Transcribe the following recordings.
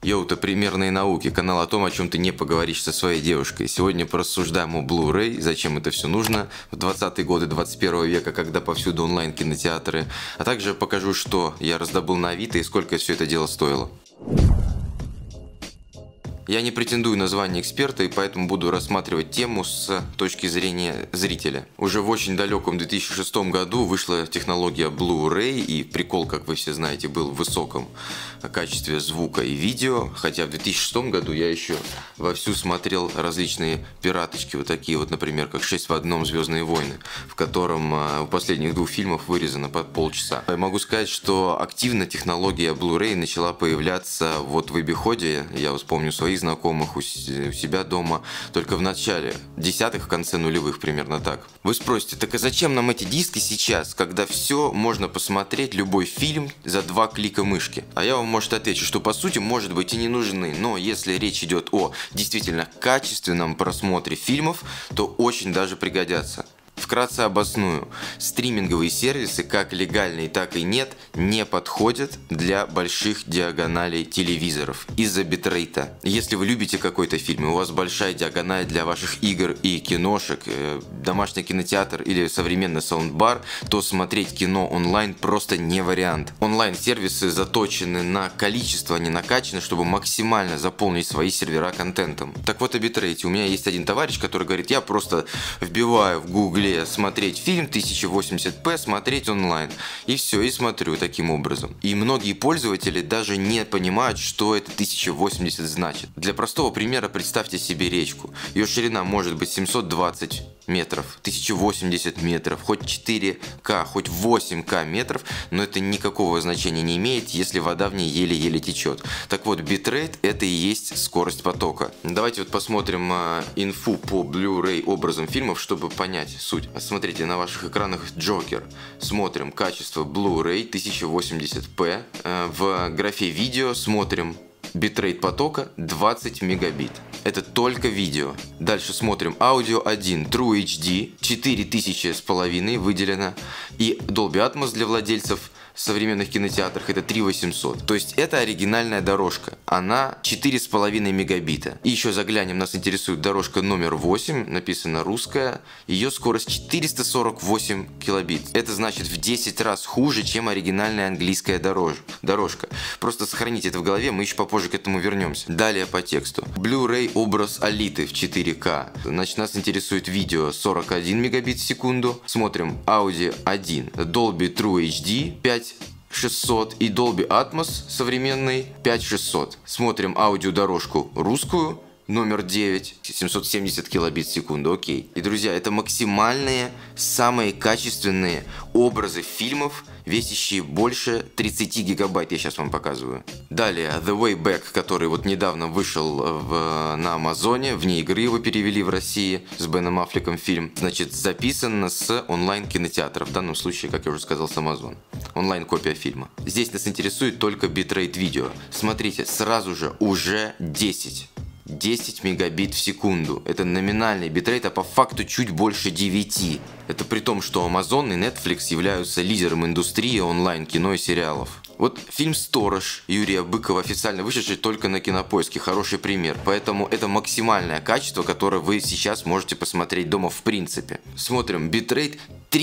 Йоу, это «Примерные науки», канал о том, о чем ты не поговоришь со своей девушкой. Сегодня порассуждаем о Blu-ray, зачем это все нужно в 20-е годы 21 века, когда повсюду онлайн-кинотеатры, а также покажу, что я раздобыл на Авито и сколько все это дело стоило. Я не претендую на звание эксперта, и поэтому буду рассматривать тему с точки зрения зрителя. Уже в очень далеком 2006 году вышла технология Blu-ray, и прикол, как вы все знаете, был в высоком качестве звука и видео, хотя в 2006 году я еще вовсю смотрел различные пираточки, вот такие вот, например, как «6 в одном. Звездные войны», в котором у последних двух фильмов вырезано по полчаса. Я могу сказать, что активно технология Blu-ray начала появляться вот в обиходе, я вспомню своих знакомых у себя дома, только в начале десятых, в конце нулевых, примерно так. Вы спросите, так а зачем нам эти диски сейчас, когда все можно посмотреть, любой фильм, за 2 клика мышки? А я вам, может, отвечу, что по сути, может быть, и не нужны, но если речь идет о действительно качественном просмотре фильмов, то очень даже пригодятся. Вкратце обосную. Стриминговые сервисы, как легальные, так и нет, не подходят для больших диагоналей телевизоров из-за битрейта. Если вы любите какой-то фильм, и у вас большая диагональ для ваших игр и киношек, домашний кинотеатр или современный саундбар, то смотреть кино онлайн просто не вариант. Онлайн-сервисы заточены на количество, а не накачаны, чтобы максимально заполнить свои сервера контентом. Так вот о битрейте. У меня есть один товарищ, который говорит, я просто вбиваю в гугле смотреть фильм 1080p, смотреть онлайн. И все, и смотрю таким образом. И многие пользователи даже не понимают, что это 1080 значит. Для простого примера представьте себе речку. Ее ширина может быть 720 метров, 1080 метров, хоть 4К, хоть 8К метров, но это никакого значения не имеет, если вода в ней еле-еле течет. Так вот, битрейт — это и есть скорость потока. Давайте вот посмотрим инфу по Blu-ray образом фильмов, чтобы понять суть. Смотрите, на ваших экранах Джокер. Смотрим качество Blu-ray 1080p. В графе видео смотрим битрейт потока 20 мегабит. Это только видео. Дальше смотрим аудио 1 True HD 4500 выделено. И Dolby Atmos для владельцев современных кинотеатрах это 3800. То есть это оригинальная дорожка. Она 4,5 мегабита. И еще заглянем, нас интересует дорожка номер 8, написано русская. Ее скорость 448 килобит. Это значит в 10 раз хуже, чем оригинальная английская дорожка. Просто сохраните это в голове, мы еще попозже к этому вернемся. Далее по тексту. Blu-ray образ Алиты в 4К. Значит, нас интересует видео 41 мегабит в секунду. Смотрим аудио 1 Dolby True HD 5600 и Dolby Atmos современный 5600. Смотрим аудиодорожку русскую номер 9, 770 килобит в секунду, окей. И, друзья, это максимальные, самые качественные образы фильмов, весящие больше 30 гигабайт, я сейчас вам показываю. Далее, The Way Back, который вот недавно вышел на Амазоне, вне игры его перевели в России, с Беном Аффлеком фильм. Значит, записан с онлайн-кинотеатра, в данном случае, как я уже сказал, с Amazon. Онлайн-копия фильма. Здесь нас интересует только битрейт видео. Смотрите, сразу же уже 10 мегабит в секунду. Это номинальный битрейт, а по факту чуть больше 9. Это при том, что Amazon и Netflix являются лидером индустрии онлайн-кино и сериалов. Вот фильм «Сторож» Юрия Быкова, официально вышедший только на Кинопоиске, хороший пример. Поэтому это максимальное качество, которое вы сейчас можете посмотреть дома в принципе. Смотрим, битрейт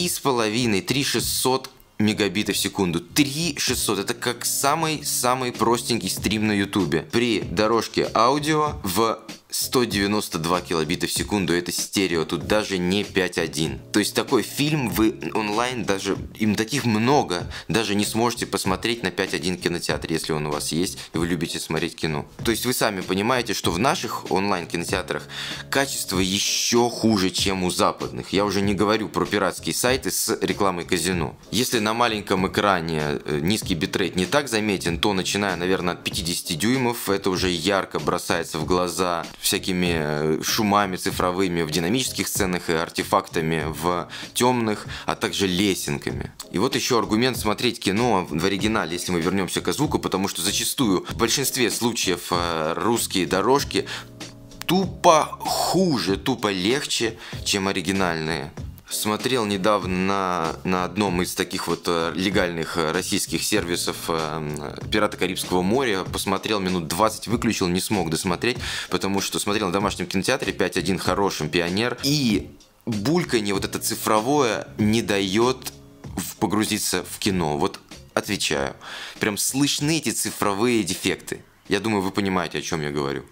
3600 мегабита в секунду. 3600. Это как самый простенький стрим на ютубе. При дорожке аудио в 192 килобита в секунду. Это стерео. Тут даже не 5.1. То есть такой фильм вы онлайн, даже им таких много, даже не сможете посмотреть на 5.1 кинотеатре, если он у вас есть и вы любите смотреть кино. То есть вы сами понимаете, что в наших онлайн кинотеатрах качество еще хуже, чем у западных. Я уже не говорю про пиратские сайты с рекламой казино. Если на маленьком экране низкий битрейт не так заметен, то начиная, наверное, от 50 дюймов, это уже ярко бросается в глаза всякими шумами цифровыми в динамических сценах и артефактами в темных, а также лесенками. И вот еще аргумент смотреть кино в оригинале, если мы вернемся к звуку, потому что зачастую в большинстве случаев русские дорожки тупо хуже, тупо легче, чем оригинальные. Смотрел недавно на одном из таких вот легальных российских сервисов «Пираты Карибского моря». Посмотрел минут 20, выключил, не смог досмотреть, потому что смотрел на домашнем кинотеатре 5.1 хорошим «Пионер». И бульканье вот это цифровое не дает погрузиться в кино. Вот отвечаю. Прям слышны эти цифровые дефекты. Я думаю, вы понимаете, о чем я говорю.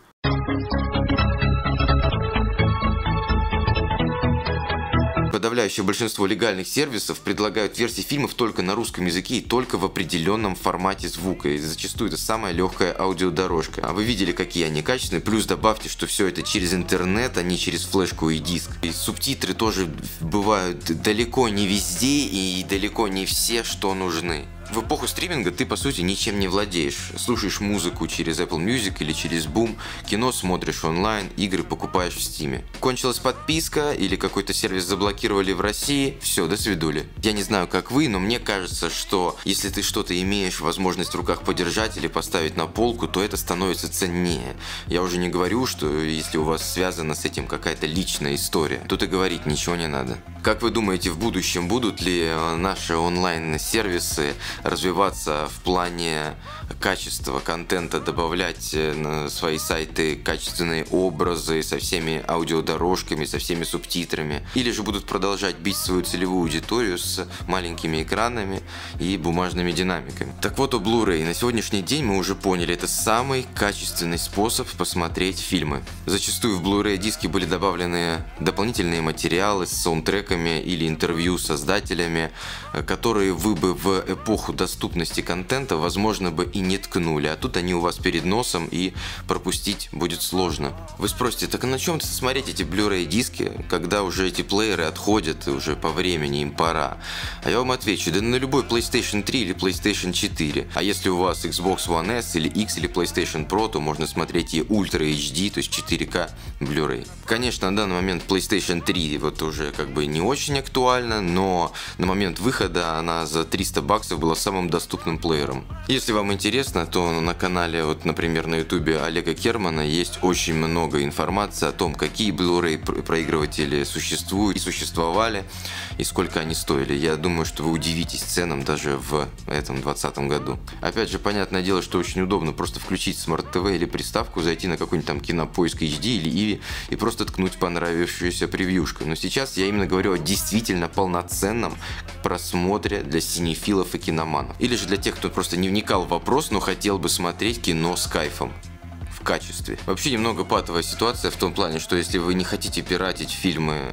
Подавляющее большинство легальных сервисов предлагают версии фильмов только на русском языке и только в определенном формате звука. И зачастую это самая легкая аудиодорожка. А вы видели, какие они качественные. Плюс добавьте, что все это через интернет, а не через флешку и диск. И субтитры тоже бывают далеко не везде и далеко не все, что нужны. В эпоху стриминга ты, по сути, ничем не владеешь. Слушаешь музыку через Apple Music или через Boom, кино смотришь онлайн, игры покупаешь в Steam. Кончилась подписка или какой-то сервис заблокировали в России, все, до свидули. Я не знаю, как вы, но мне кажется, что если ты что-то имеешь возможность в руках подержать или поставить на полку, то это становится ценнее. Я уже не говорю, что если у вас связана с этим какая-то личная история, тут и говорить ничего не надо. Как вы думаете, в будущем будут ли наши онлайн-сервисы развиваться в плане качества контента, добавлять на свои сайты качественные образы со всеми аудиодорожками, со всеми субтитрами, или же будут продолжать бить свою целевую аудиторию с маленькими экранами и бумажными динамиками? Так вот, о Blu-ray. На сегодняшний день мы уже поняли, это самый качественный способ посмотреть фильмы. Зачастую в Blu-ray диски были добавлены дополнительные материалы с саундтреками или интервью с создателями, которые вы бы в эпоху доступности контента, возможно, бы и не ткнули, а тут они у вас перед носом, и пропустить будет сложно. Вы спросите, так а на чем смотреть эти Blu-ray диски, когда уже эти плееры отходят, и уже по времени им пора? А я вам отвечу, да на любой PlayStation 3 или PlayStation 4. А если у вас Xbox One S или X или PlayStation Pro, то можно смотреть и Ultra HD, то есть 4K Blu-ray. Конечно, на данный момент PlayStation 3 вот уже как бы не очень актуально, но на момент выхода она за $300 была самым доступным плеером. Если вам интересно, то на канале, вот, например, на ютубе Олега Кермана есть очень много информации о том, какие Blu-ray проигрыватели существуют и существовали, и сколько они стоили. Я думаю, что вы удивитесь ценам даже в этом 2020 году. Опять же, понятное дело, что очень удобно просто включить смарт-ТВ или приставку, зайти на какой-нибудь там Кинопоиск HD или Иви и просто ткнуть понравившуюся превьюшку. Но сейчас я именно говорю о действительно полноценном просмотре для синефилов и киноманов. Или же для тех, кто просто не вникал в вопрос, но хотел бы смотреть кино с кайфом. В качестве. Вообще немного патовая ситуация в том плане, что если вы не хотите пиратить фильмы,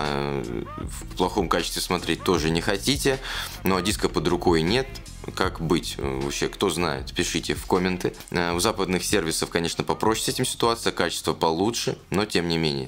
в плохом качестве смотреть тоже не хотите, но диска под рукой нет, как быть? Вообще, кто знает, пишите в комменты. У западных сервисов, конечно, попроще с этим ситуация, качество получше, но тем не менее.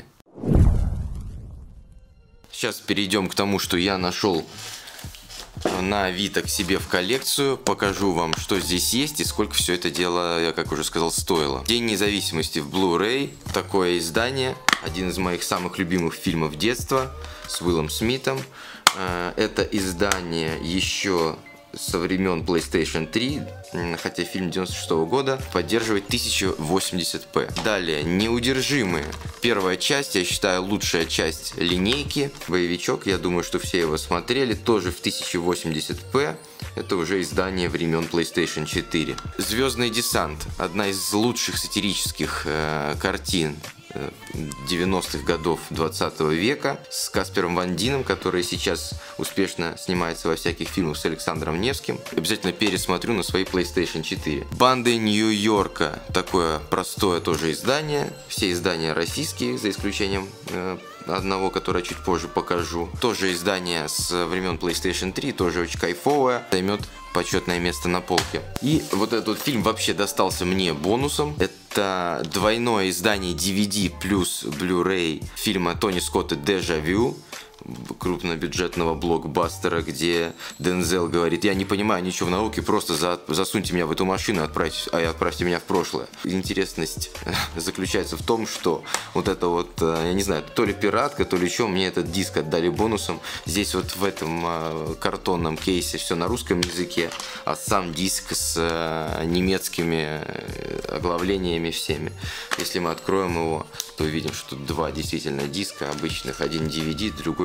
Сейчас перейдем к тому, что я нашел на Авито к себе в коллекцию. Покажу вам, что здесь есть и сколько все это дело, я как уже сказал, стоило. День независимости в Blu-ray. Такое издание. Один из моих самых любимых фильмов детства с Уиллом Смитом. Это издание еще со времен PlayStation 3, хотя фильм 96 года, поддерживает 1080p. Далее, «Неудержимые». Первая часть, я считаю, лучшая часть линейки. Боевичок, я думаю, что все его смотрели, тоже в 1080p. Это уже издание времен PlayStation 4. «Звездный десант». Одна из лучших сатирических картин 90-х годов 20 века с Каспером Ван Дином, который сейчас успешно снимается во всяких фильмах с Александром Невским. Обязательно пересмотрю на своей PlayStation 4. «Банды Нью-Йорка». Такое простое тоже издание. Все издания российские, за исключением одного, которое чуть позже покажу. Тоже издание с времен PlayStation 3, тоже очень кайфовое. Займет почетное место на полке. И вот этот фильм вообще достался мне бонусом. Это двойное издание DVD плюс Blu-ray фильма Тони Скотта «Дежавю», крупнобюджетного блокбастера, где Дензел говорит: я не понимаю ничего в науке, просто засуньте меня в эту машину и отправьте меня в прошлое. Интересность заключается в том, что вот это вот, я не знаю, то ли пиратка, то ли что, мне этот диск отдали бонусом. Здесь вот в этом картонном кейсе все на русском языке, а сам диск с немецкими оглавлениями всеми. Если мы откроем его, то увидим, что два действительно диска обычных, один DVD, другой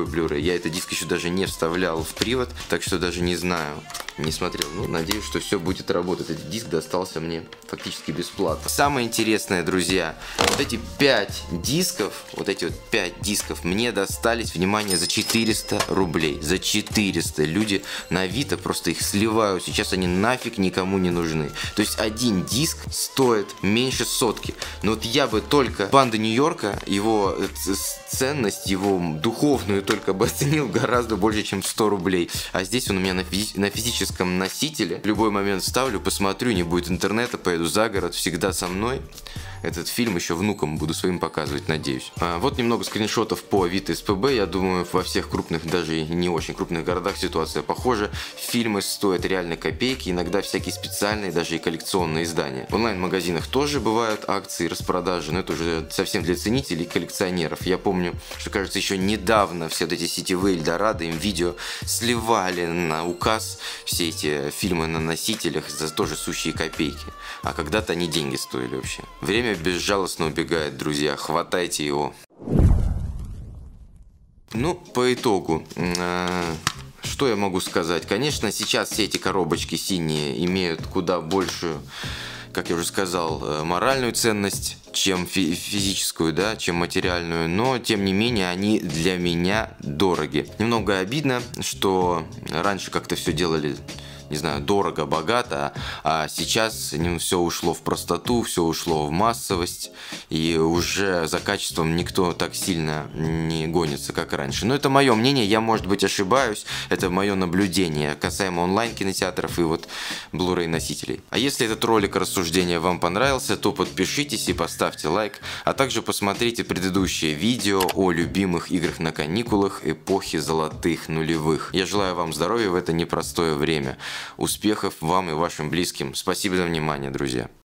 цифровой Blu-ray. Я этот диск еще даже не вставлял в привод, так что даже не знаю, не смотрел. Ну, надеюсь, что все будет работать. Этот диск достался мне фактически бесплатно. Самое интересное, друзья, вот эти 5 дисков, мне достались, внимание, за 400 рублей. За 400. Люди на Авито просто их сливают. Сейчас они нафиг никому не нужны. То есть один диск стоит меньше сотки. Но вот я бы только «Банды Нью-Йорка», его ценность, его духовную только бы оценил гораздо больше, чем 100 рублей. А здесь он у меня на физическом носителе. В любой момент вставлю, посмотрю, не будет интернета, поеду за город, всегда со мной. Этот фильм еще внукам буду своим показывать, надеюсь. Вот немного скриншотов по Авито СПБ. Я думаю, во всех крупных, даже и не очень крупных городах ситуация похожа. Фильмы стоят реально копейки, иногда всякие специальные, даже и коллекционные издания. В онлайн-магазинах тоже бывают акции, распродажи, но это уже совсем для ценителей и коллекционеров. Я помню, что, кажется, еще недавно все вот эти сетевые Эльдорадо, им видео сливали на указ все эти фильмы на носителях за тоже сущие копейки. А когда-то они деньги стоили вообще. Время безжалостно убегает, друзья, хватайте его. Ну, по итогу, что я могу сказать? Конечно, сейчас все эти коробочки синие имеют куда большую, как я уже сказал, моральную ценность, чем физическую, да, чем материальную, но тем не менее они для меня дороги. Немного обидно, что раньше как-то все делали, не знаю, дорого, богато, а сейчас все ушло в простоту, все ушло в массовость, и уже за качеством никто так сильно не гонится, как раньше. Но это мое мнение, я, может быть, ошибаюсь, это мое наблюдение касаемо онлайн-кинотеатров и вот Blu-ray носителей. А если этот ролик рассуждения вам понравился, то подпишитесь и поставьте лайк, а также посмотрите предыдущее видео о любимых играх на каникулах эпохи золотых нулевых. Я желаю вам здоровья в это непростое время. Успехов вам и вашим близким. Спасибо за внимание, друзья.